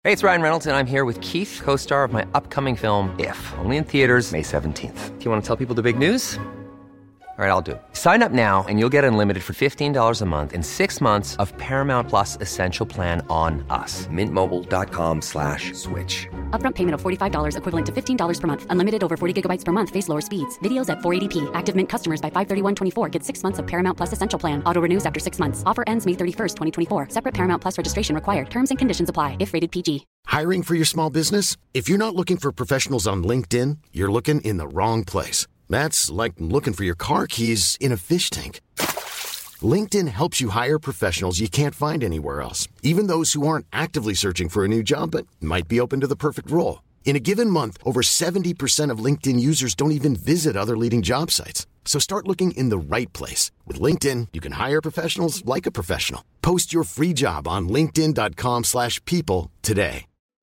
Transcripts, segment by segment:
Hey, it's Ryan Reynolds, and I'm here with Keith, co-star of my upcoming film, If, only in theaters May 17th. Do you want to tell people the big news? All right, I'll do it. Sign up now and you'll get unlimited for $15 a month and 6 months of Paramount Plus Essential Plan on us. MintMobile.com/switch. Upfront payment of $45 equivalent to $15 per month. Unlimited over 40 gigabytes per month. Face lower speeds. Videos at 480p. Active Mint customers by 531.24 get 6 months of Paramount Plus Essential Plan. Auto renews after 6 months. Offer ends May 31st, 2024. Separate Paramount Plus registration required. Terms and conditions apply if rated PG. Hiring for your small business? If you're not looking for professionals on LinkedIn, you're looking in the wrong place. That's like looking for your car keys in a fish tank. LinkedIn helps you hire professionals you can't find anywhere else, even those who aren't actively searching for a new job but might be open to the perfect role. In a given month, over 70% of LinkedIn users don't even visit other leading job sites. So start looking in the right place. With LinkedIn, you can hire professionals like a professional. Post your free job on linkedin.com/people today.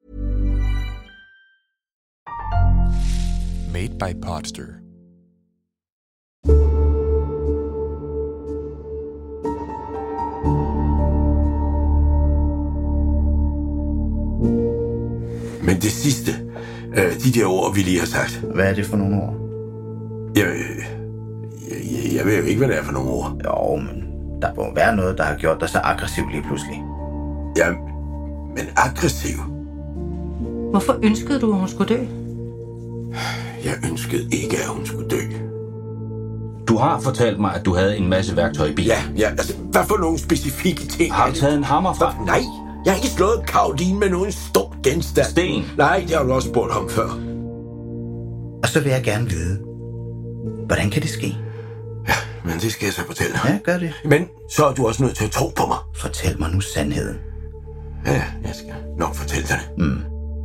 Made by Podster. Men det sidste, de der ord, vi lige har sagt. Hvad er det for nogle ord? Jeg ved jo ikke, hvad det er for nogle ord. Jo, men der må være noget, der har gjort dig så aggressiv lige pludselig. Ja, men aggressiv? Hvorfor ønskede du, at hun skulle dø? Jeg ønskede ikke, at hun skulle dø. Du har fortalt mig, at du havde en masse værktøj i bilen. Ja, altså, hvad for nogle specifikke ting? Har du taget en hammer fra? Nej, jeg har ikke slået Karoline med nogen stor genstand. Sten? Nej, det har du også spurgt om før. Og så vil jeg gerne vide, hvordan kan det ske? Ja, men det skal jeg så fortælle dig. Ja, gør det. Men så er du også nødt til at tro på mig. Fortæl mig nu sandheden. Ja, jeg skal nok fortælle dig det.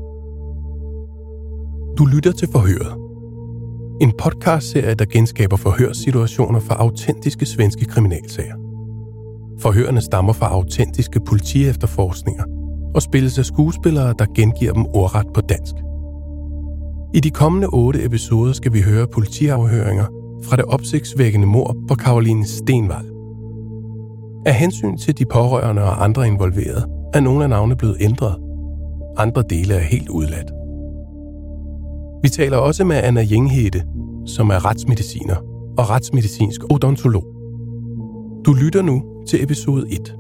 Du lytter til Forhøret. En podcastserie, der genskaber forhørssituationer fra autentiske svenske kriminalsager. Forhørene stammer fra autentiske politiefterforskninger og spilles af skuespillere, der gengiver dem ordret på dansk. I de kommende 8 episoder skal vi høre politiafhøringer fra det opsigtsvækkende mord på Caroline Stenvall. Af hensyn til de pårørende og andre involverede, er nogle af navnene blevet ændret. Andre dele er helt udladt. Vi taler også med Anna Jenghede, som er retsmediciner og retsmedicinsk odontolog. Du lytter nu til episode 1.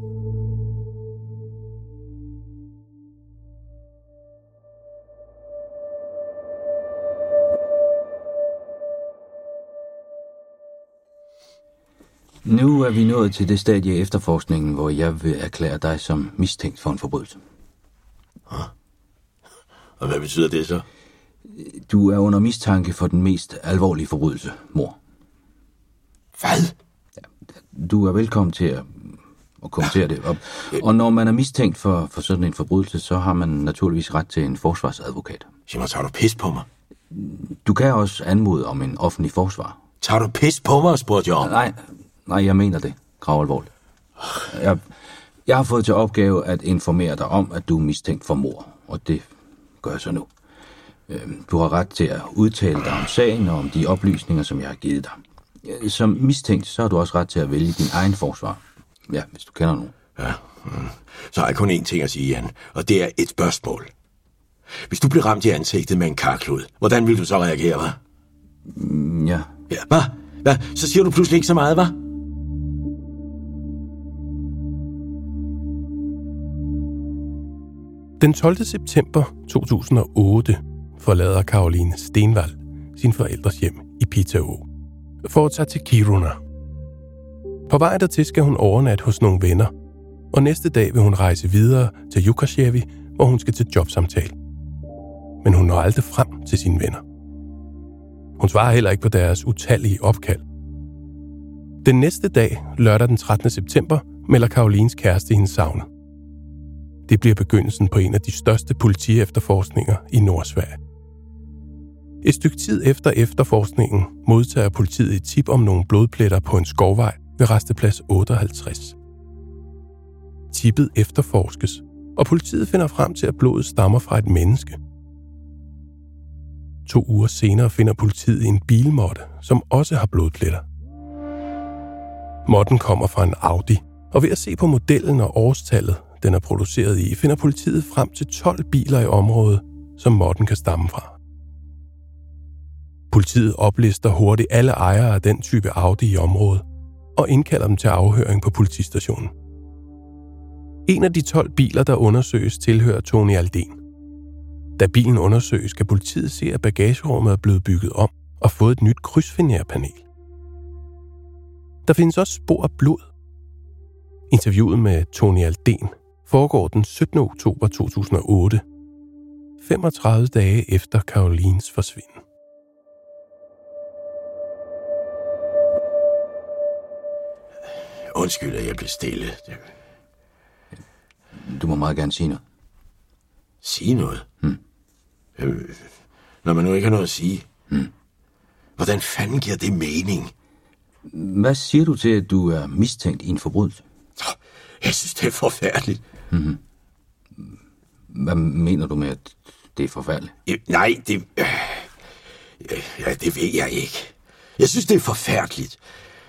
Nu er vi nået til det stadie i efterforskningen, hvor jeg vil erklære dig som mistænkt for en forbrydelse. Og hvad betyder det så? Du er under mistanke for den mest alvorlige forbrydelse, mord. Hvad? Du er velkommen til at kommentere det. Og når man er mistænkt for sådan en forbrydelse, så har man naturligvis ret til en forsvarsadvokat. Sig mig, tager du pis på mig? Du kan også anmode om en offentlig forsvar. Tager du pis på mig, spurgte jeg om? Nej, jeg mener det. Gravalvorligt. Jeg har fået til opgave at informere dig om, at du er mistænkt for mord, og det gør jeg så nu. Du har ret til at udtale dig om sagen og om de oplysninger, som jeg har givet dig. Som mistænkt, så har du også ret til at vælge din egen forsvar. Ja, hvis du kender nogen. Ja, så har jeg kun én ting at sige, Jan, og det er et spørgsmål. Hvis du blev ramt i ansigtet med en karklud, hvordan ville du så reagere, hva'? Ja. Ja, hvad? Så siger du pludselig ikke så meget, hva'? Den 12. september 2008 forlader Caroline Stenvall sin forældres hjem i Piteå for at tage til Kiruna. På vej dertil skal hun overnatte hos nogle venner, og næste dag vil hun rejse videre til Jukkasjärvi, hvor hun skal til jobsamtale. Men hun når aldrig frem til sine venner. Hun svarer heller ikke på deres utallige opkald. Den næste dag, lørdag den 13. september, melder Carolines kæreste hende savnet. Det bliver begyndelsen på en af de største politiefterforskninger i Nordsverige. Et stykke tid efter efterforskningen modtager politiet et tip om nogle blodpletter på en skovvej ved resteplads 58. Tippet efterforskes, og politiet finder frem til, at blodet stammer fra et menneske. 2 uger senere finder politiet en bilmåtte, som også har blodpletter. Måtten kommer fra en Audi, og ved at se på modellen og årstallet, den er produceret i, finder politiet frem til 12 biler i området, som modden kan stamme fra. Politiet oplister hurtigt alle ejere af den type Audi i området og indkalder dem til afhøring på politistationen. En af de 12 biler, der undersøges, tilhører Tony Aldén. Da bilen undersøges, kan politiet se, at bagagerummet er blevet bygget om og fået et nyt krydsfinerpanel. Der findes også spor af blod. Interviewet med Tony Aldén foregår den 17. oktober 2008, 35 dage efter Carolines forsvinden. Undskyld, at jeg blev stille. Du må meget gerne sige noget. Sige noget? Når man nu ikke har noget at sige. Hvordan fanden giver det mening? Hvad siger du til, at du er mistænkt i en forbrydelse? Jeg synes, det er forfærdeligt. Hvad mener du med, at det er forfærdeligt? Nej, det ved jeg ikke. Jeg synes, det er forfærdeligt.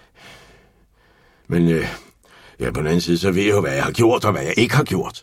Men på den anden side, så ved jeg jo, hvad jeg har gjort, og hvad jeg ikke har gjort.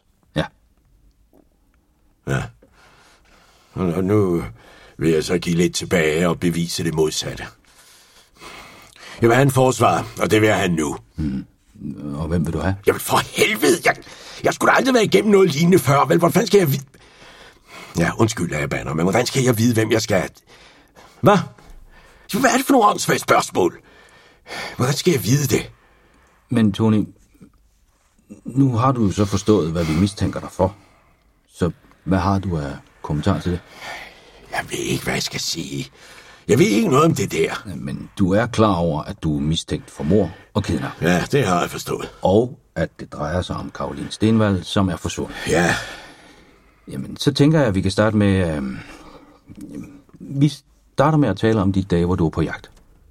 Ja. Og nu vil jeg så give lidt tilbage og bevise det modsatte. Jeg vil have en forsvar, og det vil jeg have nu. Og hvem vil du have? Jamen for helvede, jeg skulle da aldrig være igennem noget lignende før, vel? Hvordan fanden skal jeg vide... Ja, undskyld, at jeg bander, men hvordan skal jeg vide, hvem jeg skal... Hvad? Hvad er det for nogle åndssvage spørgsmål? Hvordan skal jeg vide det? Men Tony, nu har du så forstået, hvad vi mistænker dig for. Så hvad har du af kommentar til det? Jeg ved ikke, hvad jeg skal sige. Jeg ved ikke noget om det der. Men du er klar over, at du er mistænkt for mord og kidnap. Ja, det har jeg forstået. Og at det drejer sig om Caroline Stenvald, som er forsvundet. Ja. Jamen, så tænker jeg, at vi kan starte med... vi starter med at tale om de dage, hvor du er på jagt.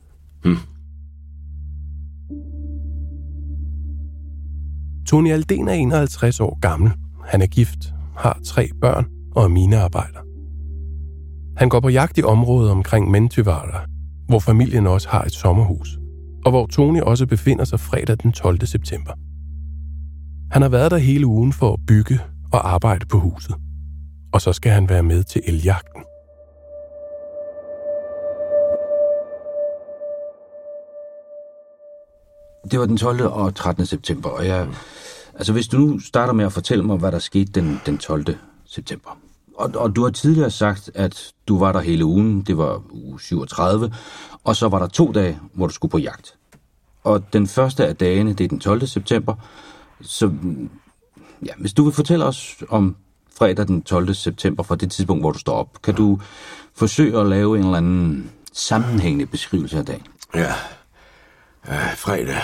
Tony Aldén er 51 år gammel. Han er gift, har 3 børn og er minearbejder. Han går på jagt i området omkring Mentivaara, hvor familien også har et sommerhus, og hvor Tony også befinder sig fredag den 12. september. Han har været der hele ugen for at bygge og arbejde på huset, og så skal han være med til elgjagten. Det var den 12. og 13. september, og hvis du nu starter med at fortælle mig, hvad der skete den 12. september. Og du har tidligere sagt, at du var der hele ugen, det var uge 37, og så var der 2 dage, hvor du skulle på jagt. Og den første af dagene, det er den 12. september, så ja, hvis du vil fortælle os om fredag den 12. september fra det tidspunkt, hvor du står op, kan du forsøge at lave en eller anden sammenhængende beskrivelse af dagen? Ja, fredag.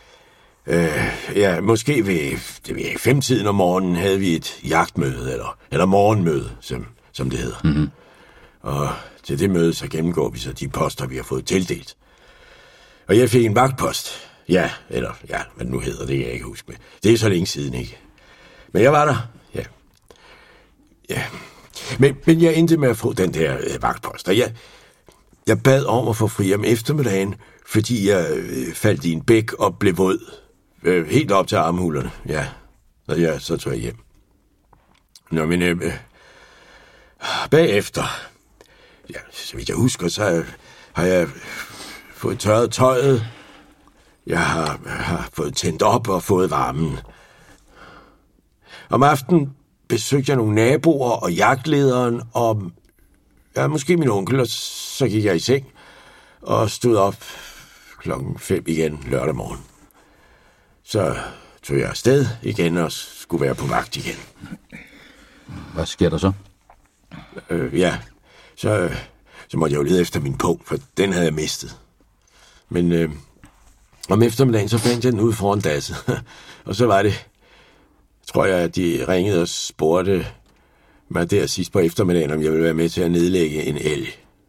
Måske ved 5-tiden om morgenen havde vi et jagtmøde, eller morgenmøde, som det hedder. Mm-hmm. Og til det møde, så gennemgår vi så de poster, vi har fået tildelt. Og jeg fik en vagtpost. Ja, hvad nu hedder det, jeg ikke huske med. Det er så længe siden, ikke? Men jeg var der, ja. Men jeg endte med at få den der vagtpost, og jeg bad om at få fri om eftermiddagen, fordi jeg faldt i en bæk og blev våd. Helt op til armhulerne, ja. Og så tog jeg hjem. Nå, men bagefter, ja, så vidt jeg husker, så har jeg fået tørret tøjet. Jeg har fået tændt op og fået varmen. Om aftenen besøgte jeg nogle naboer og jagtlederen og måske min onkel, og så gik jeg i seng og stod op 5:00 igen lørdag morgen. Så tog jeg afsted igen og skulle være på vagt igen. Hvad sker der så? Så måtte jeg jo lede efter min pung, for den havde jeg mistet. Men om eftermiddagen, så fandt jeg den ude foran dasset. Og så var det, tror jeg, at de ringede og spurgte mig der sidst på eftermiddagen, om jeg ville være med til at nedlægge en elg.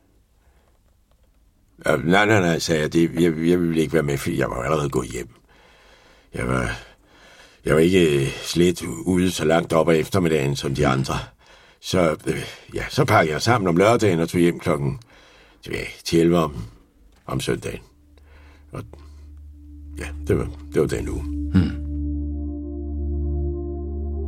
Nej, sagde jeg. Jeg ville ikke være med, fordi jeg var allerede gået hjem. Jeg var ikke slet ude så langt op ad eftermiddagen som de andre. Så pakkede jeg sammen om lørdagen og tog hjem klokken 11 om søndagen. Og ja, det var den uge.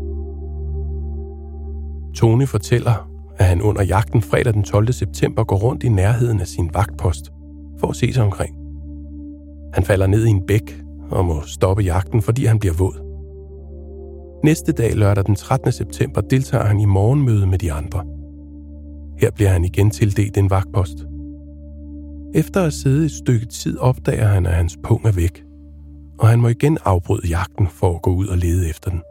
Tony fortæller, at han under jagten fredag den 12. september går rundt i nærheden af sin vagtpost for at se sig omkring. Han falder ned i en bæk og må stoppe jagten, fordi han bliver våd. Næste dag, lørdag den 13. september, deltager han i morgenmøde med de andre. Her bliver han igen tildelt en vagtpost. Efter at sidde et stykke tid, opdager han, at hans pung er væk, og han må igen afbryde jagten for at gå ud og lede efter den.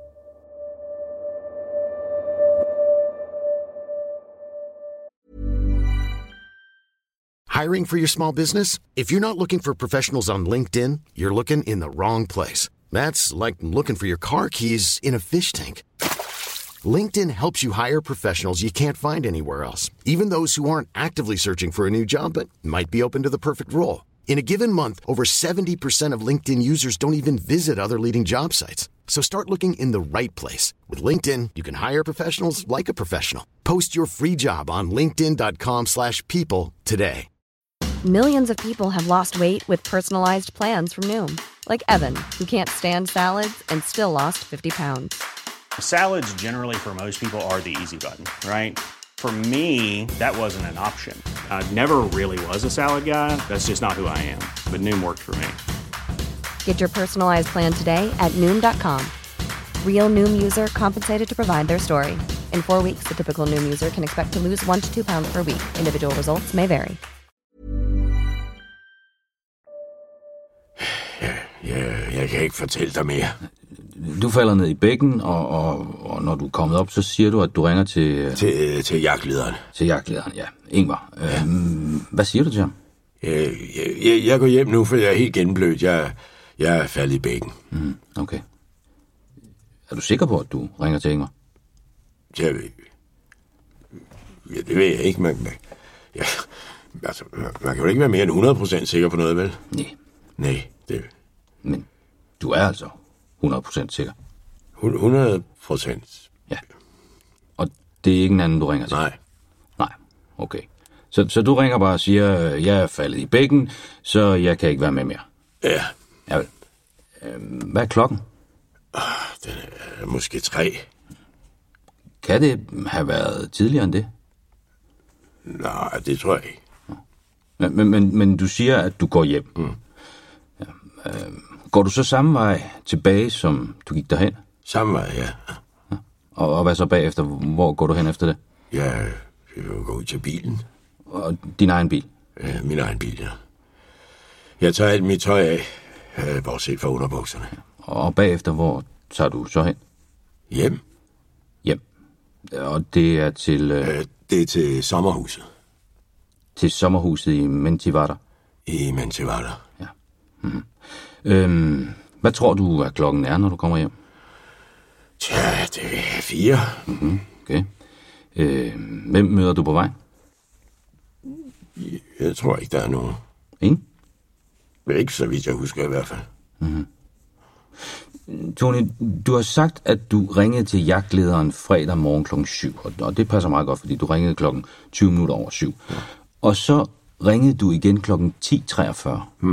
Hiring for your small business? If you're not looking for professionals on LinkedIn, you're looking in the wrong place. That's like looking for your car keys in a fish tank. LinkedIn helps you hire professionals you can't find anywhere else, even those who aren't actively searching for a new job but might be open to the perfect role. In a given month, over 70% of LinkedIn users don't even visit other leading job sites. So start looking in the right place. With LinkedIn, you can hire professionals like a professional. Post your free job on linkedin.com/people today. Millions of people have lost weight with personalized plans from Noom. Like Evan, who can't stand salads and still lost 50 pounds. Salads generally for most people are the easy button, right? For me, that wasn't an option. I never really was a salad guy. That's just not who I am. But Noom worked for me. Get your personalized plan today at Noom.com. Real Noom user compensated to provide their story. In 4 weeks, the typical Noom user can expect to lose 1 to 2 pounds per week. Individual results may vary. Jeg kan ikke fortælle dig mere. Du falder ned i bækken, og når du er kommet op, så siger du, at du ringer til jagtlederen. Til jagtlederen, ja. Ingvar. Hvad siger du til ham? Jeg går hjem nu, for jeg er helt gennemblødt. Jeg er faldet i bækken. Okay. Er du sikker på, at du ringer til Ingvar? Det ved jeg ikke. Man kan jo ikke være mere end 100% sikker på noget, vel? Nej, det... Men du er altså 100% sikker? 100%? Ja. Og det er ikke en anden, du ringer til? Nej, okay. Så du ringer bare og siger, jeg er faldet i bækken, så jeg kan ikke være med mere? Ja. Javel. Hvad er klokken? Den er måske 3. Kan det have været tidligere end det? Nej, det tror jeg ikke. Men du siger, at du går hjem. Ja. Går du så samme vej tilbage, som du gik derhen? Samme vej, ja. Og hvad så bagefter? Hvor går du hen efter det? Jeg vil gå ud til bilen. Og din egen bil? Ja, min egen bil, ja. Jeg tager alt mit tøj af, bortset fra underbukserne. Og bagefter, hvor tager du så hen? Hjem. Og det er til... Det er til sommerhuset. Til sommerhuset i Mentivater? I Mentivater. Ja. Hvad tror du, at klokken er, når du kommer hjem? Tja, det er 4. Okay. Hvem møder du på vej? Jeg tror ikke, der er nogen. Ingen? Ikke så vidt jeg husker i hvert fald. Tony, du har sagt, at du ringede til jagtlederen fredag morgen kl. 7, og det passer meget godt, fordi du ringede klokken 20 minutter over 7. Ja. Og så ringede du igen klokken 10.43.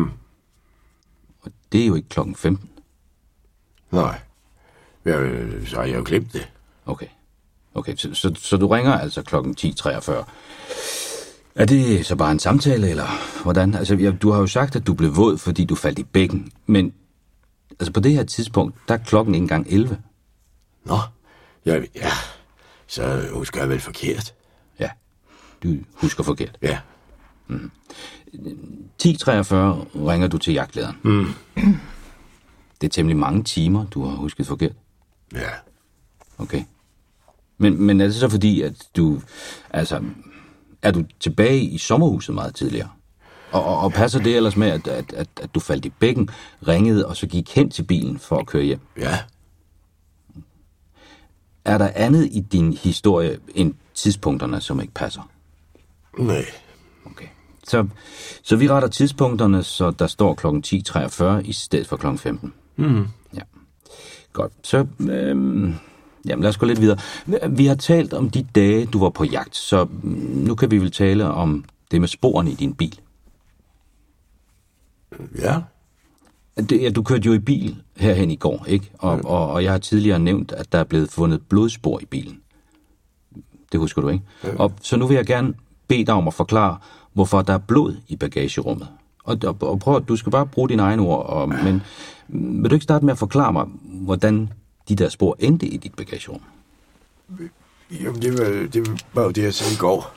Og det er jo ikke klokken 15. Nej, så har jeg jo glemt det. Okay, så du ringer altså klokken 10.43. Er det så bare en samtale, eller hvordan? Altså, du har jo sagt, at du blev våd, fordi du faldt i bækken, men altså på det her tidspunkt, der er klokken ikke engang 11. Nå, ja, så husker jeg vel forkert. Ja, du husker forkert. Ja. 10.43 ringer du til jagtlederen. Det er temmelig mange timer, du har husket forkert. Ja. Okay. Men er det så fordi, at du... Altså, er du tilbage i sommerhuset meget tidligere? Og passer det ellers med, at du faldt i bækken, ringede og så gik hen til bilen for at køre hjem? Ja. Er der andet i din historie end tidspunkterne, som ikke passer? Nej. Okay. Så vi retter tidspunkterne, så der står klokken 10.43 i stedet for klokken 15. Ja. Godt. Så lad os gå lidt videre. Vi har talt om de dage, du var på jagt, så nu kan vi vel tale om det med sporene i din bil. Ja. Du kørte jo i bil herhen i går, ikke? Og jeg har tidligere nævnt, at der er blevet fundet blodspor i bilen. det husker du ikke. Og så nu vil jeg gerne bede dig om at forklare, hvorfor der er blod i bagagerummet. Og prøv, du skal bare bruge dine egne ord, men vil du ikke starte med at forklare mig, hvordan de der spor endte i dit bagagerum? Jamen, det var jo det, jeg sagde i går.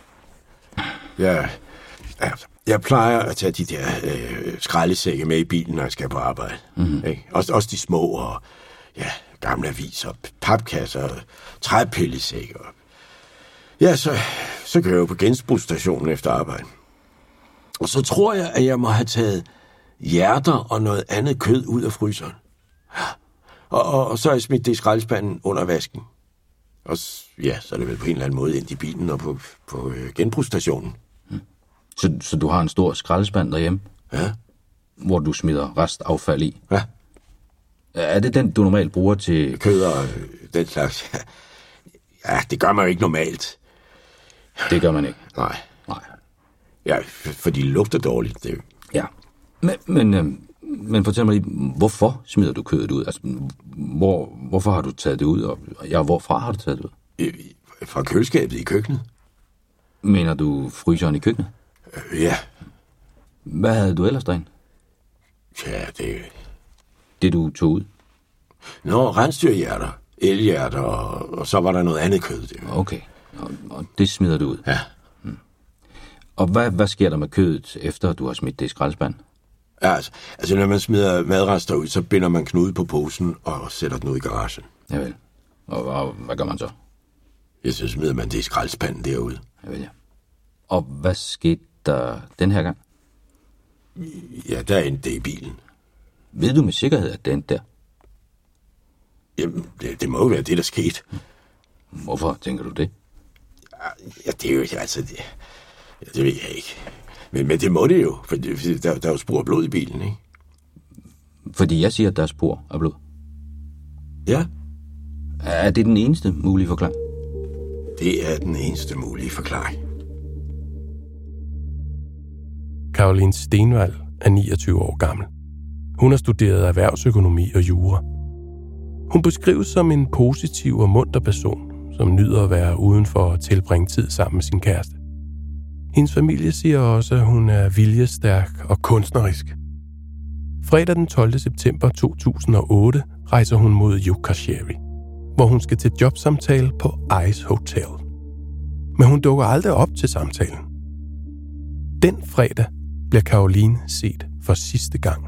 Jeg plejer at tage de der skraldesække med i bilen, når jeg skal på arbejde. Mm-hmm. Også de små og gamle aviser, papkasser, træpillesække. Ja, så kører jeg på genbrugsstationen efter arbejde. Og så tror jeg, at jeg må have taget hjerter og noget andet kød ud af fryseren. Og så har jeg smidt det i skraldespanden under vasken. Og så er det vel på en eller anden måde ind i bilen og på genbrugsstationen. Så du har en stor skraldespand derhjemme? Ja. Hvor du smider restaffald i? Ja. Er det den, du normalt bruger til... Kød og den slags? Ja, det gør man jo ikke normalt. Det gør man ikke? Nej. Ja, fordi det lugter dårligt. Det... Ja. Men fortæl mig lige, hvorfor smider du kødet ud? Altså, hvorfor har du taget det ud? Og hvorfra har du taget det ud? Fra køleskabet i køkkenet. Mener du fryseren i køkkenet? Ja. Hvad havde du ellers derinde? Ja, det du tog ud? Rensdyrhjerter, elhjerter, og så var der noget andet kød. Okay, og det smider du ud? Ja. Og hvad sker der med kødet, efter du har smidt det i skraldespanden? Ja, altså når man smider madrester ud, så binder man knude på posen og sætter den ud i garagen. Javel. Og hvad gør man så? Så smider man det i skraldespanden derude. Javel, ja. Og hvad skete der den her gang? Ja, der endte det i bilen. Ved du med sikkerhed, at det endte der? Jamen, det må jo være det, der skete. Hvorfor tænker du det? Ja, det er jo altså... Det ved jeg ikke. Men det må det jo, for der er jo spor af blod i bilen, ikke? Fordi jeg siger, at der er spor af blod? Ja. Er det den eneste mulige forklaring? Det er den eneste mulige forklaring. Caroline Stenvald er 29 år gammel. Hun har studeret erhvervsøkonomi og jura. Hun beskrives som en positiv og munter person, som nyder at være udenfor og tilbringe tid sammen med sin kæreste. Hendes familie siger også, at hun er viljestærk og kunstnerisk. Fredag den 12. september 2008 rejser hun mod Jukkasjärvi, hvor hun skal til jobsamtale på Ice Hotel. Men hun dukker aldrig op til samtalen. Den fredag bliver Caroline set for sidste gang.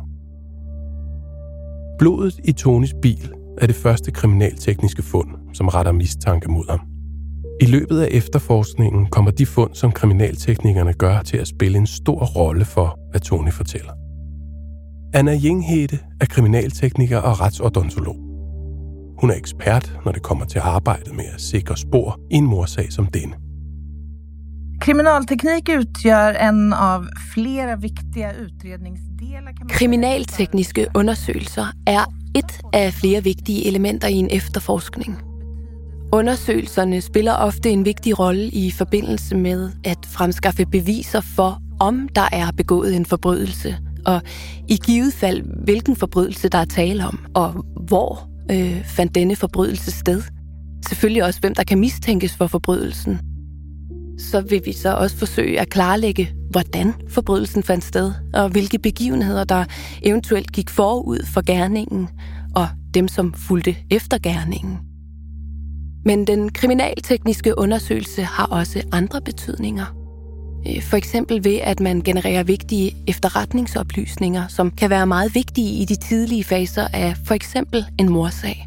Blodet i Tonys bil er det første kriminaltekniske fund, som retter mistanke mod ham. I løbet af efterforskningen kommer de fund, som kriminalteknikerne gør, til at spille en stor rolle for, hvad Tony fortæller. Anna Jinghede er kriminaltekniker og retsodontolog. Hun er ekspert, når det kommer til arbejdet med at sikre spor i en mordsag som denne. Kriminalteknik utgör en av flera viktiga utredningsdelar. Kriminaltekniske undersøgelser er et af flere vigtige elementer i en efterforskning. Undersøgelserne spiller ofte en vigtig rolle i forbindelse med at fremskaffe beviser for, om der er begået en forbrydelse, og i givet fald, hvilken forbrydelse der er tale om, og hvor fandt denne forbrydelse sted. Selvfølgelig også, hvem der kan mistænkes for forbrydelsen. Så vil vi så også forsøge at klarlægge, hvordan forbrydelsen fandt sted, og hvilke begivenheder, der eventuelt gik forud for gerningen, og dem, som fulgte efter gerningen. Men den kriminaltekniske undersøgelse har også andre betydninger. For eksempel ved, at man genererer vigtige efterretningsoplysninger, som kan være meget vigtige i de tidlige faser af for eksempel en mordsag.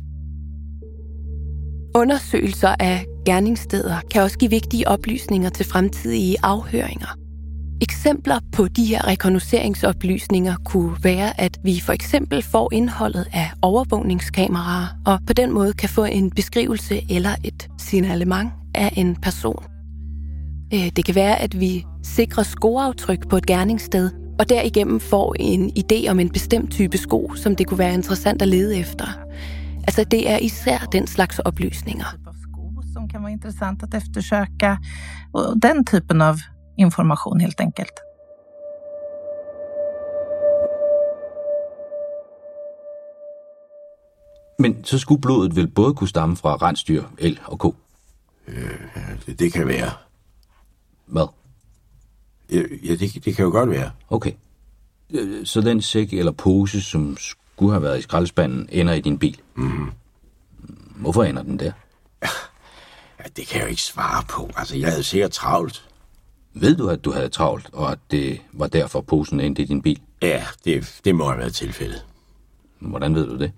Undersøgelser af gerningssteder kan også give vigtige oplysninger til fremtidige afhøringer. Eksempler på de her rekognoseringsoplysninger kunne være, at vi for eksempel får indholdet af overvågningskameraer, og på den måde kan få en beskrivelse eller et signalement af en person. Det kan være, at vi sikrer skoaftryk på et gerningssted, og derigennem får en idé om en bestemt type sko, som det kunne være interessant at lede efter. Altså, det er især den slags oplysninger. Som kan være interessant at eftersøge, og den typen av information helt enkelt. Men så skulle blodet vel både kunne stamme fra rensdyr, el og ko? Det kan være. Hvad? Ja, det kan jo godt være. Okay. Så den sæk eller pose, som skulle have været i skraldespanden, ender i din bil? Mm-hmm. Hvorfor ender den der? Ja, det kan jeg jo ikke svare på. Altså, jeg havde sikkert travlt. Ved du, at du havde travlt, og at det var derfor posen endte i din bil? Ja, det må have været tilfældet. Hvordan ved du det?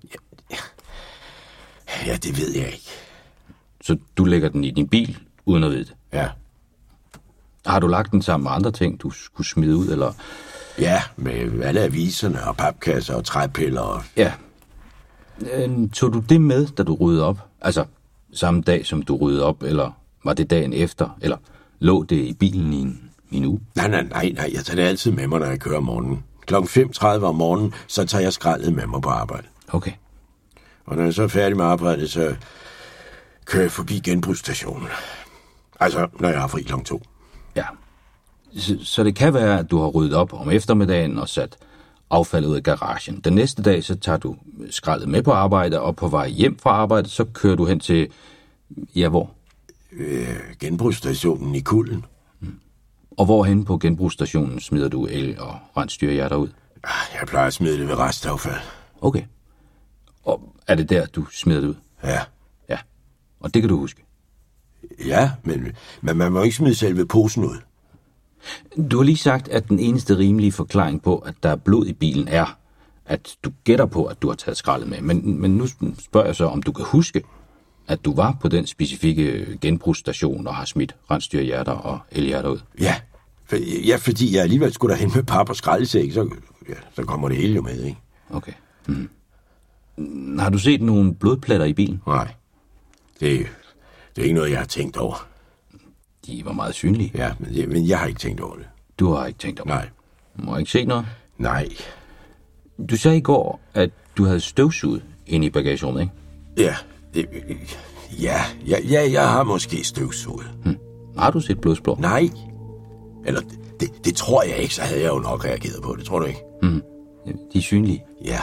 Ja, det ved jeg ikke. Så du lægger den i din bil, uden at vide det? Ja. Har du lagt den sammen med andre ting, du skulle smide ud, eller? Ja, med alle aviserne og papkasser og træpiller og... Ja. Tog du det med, da du ryddede op? Altså, samme dag, som du ryddede op, eller var det dagen efter? Eller lå det i bilen i en uge? Nej, jeg tager det altid med mig, når jeg kører om morgenen. 5:30 om morgenen, så tager jeg skraldet med mig på arbejde. Okay. Og når jeg så er færdig med arbejdet, så kører jeg forbi genbrugsstationen. Altså, når jeg har fri kl. 2. Ja. Så det kan være, at du har ryddet op om eftermiddagen og sat affaldet ud af garagen. Den næste dag, så tager du skraldet med på arbejde, og på vej hjem fra arbejde, så kører du hen til... Ja, hvor? Genbrugsstationen i Kulden. Og hvorhen på genbrugsstationen smider du el- og rensdyrhjerter ud? Jeg plejer at smide det ved restaffald. Okay. Og er det der, du smider det ud? Ja. Ja. Og det kan du huske? Ja, men man må ikke smide selve posen ud. Du har lige sagt, at den eneste rimelige forklaring på, at der er blod i bilen, er, at du gætter på, at du har taget skraldet med. Men nu spørger jeg så, om du kan huske, at du var på den specifikke genbrugsstation og har smidt rensdyrhjerter og elhjerter ud. Ja, fordi jeg alligevel skulle derhen med pap og skraldesæk, så kommer det hele jo med, ikke? Okay. Har du set nogle blodpletter i bilen? Nej. Det er ikke noget, jeg har tænkt over. De var meget synlige. Ja, men jeg har ikke tænkt over det. Du har ikke tænkt over det? Nej. Må jeg ikke se noget? Nej. Du sagde i går, at du havde støvsuget inde i bagagerummet, ikke? Ja. Jeg har måske støvsuget. Har du set blodspor? Nej. Eller, det tror jeg ikke, så havde jeg jo nok reageret på det, tror du ikke? De er synlige? Ja.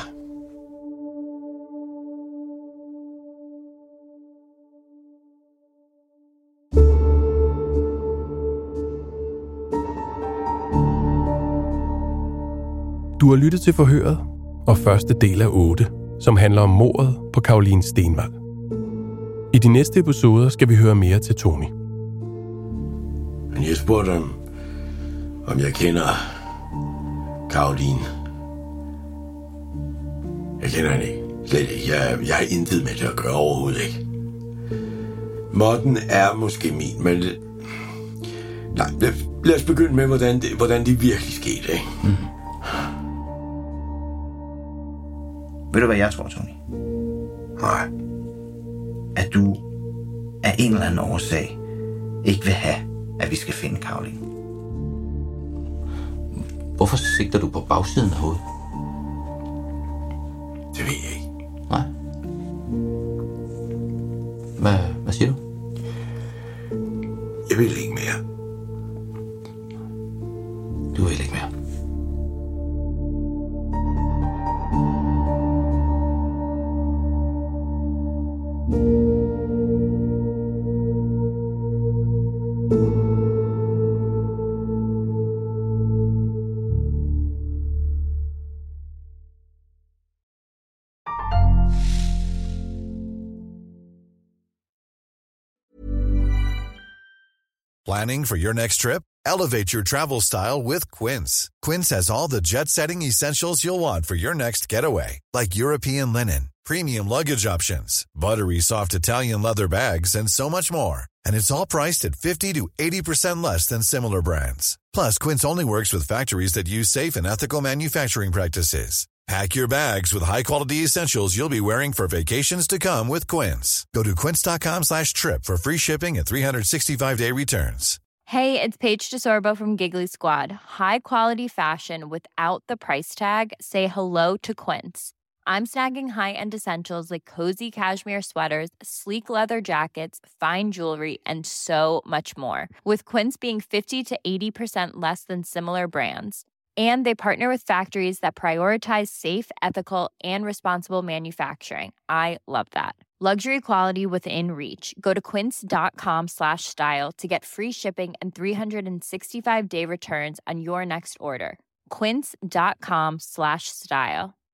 Du har lyttet til Forhøret og første del af 8, som handler om mordet på Caroline Stenvald. I de næste episoder skal vi høre mere til Tony. Men jeg spurgte om jeg kender Caroline. Jeg kender hende ikke. Slet ikke. Jeg har intet med det at gøre overhovedet, ikke? Morten er måske min, men... Nej, lad os begynde med, hvordan det virkelig skete, ikke? Ved du, hvad jeg tror, Tony? Nej. At du af en eller anden årsag ikke vil have, at vi skal finde Caroline. Hvorfor sigter du på bagsiden af hovedet? Det ved jeg ikke. Nej. Hvad siger du? Jeg vil ikke mere. Du vil ikke mere. Planning for your next trip? Elevate your travel style with Quince. Quince has all the jet-setting essentials you'll want for your next getaway, like European linen, premium luggage options, buttery soft Italian leather bags, and so much more. And it's all priced at 50 to 80% less than similar brands. Plus, Quince only works with factories that use safe and ethical manufacturing practices. Pack your bags with high-quality essentials you'll be wearing for vacations to come with Quince. Go to quince.com/trip for free shipping and 365-day returns. Hey, it's Paige DeSorbo from Giggly Squad. High quality fashion without the price tag. Say hello to Quince. I'm snagging high-end essentials like cozy cashmere sweaters, sleek leather jackets, fine jewelry, and so much more. With Quince being 50 to 80% less than similar brands. And they partner with factories that prioritize safe, ethical, and responsible manufacturing. I love that. Luxury quality within reach. Go to quince.com/style to get free shipping and 365-day returns on your next order. Quince.com/style.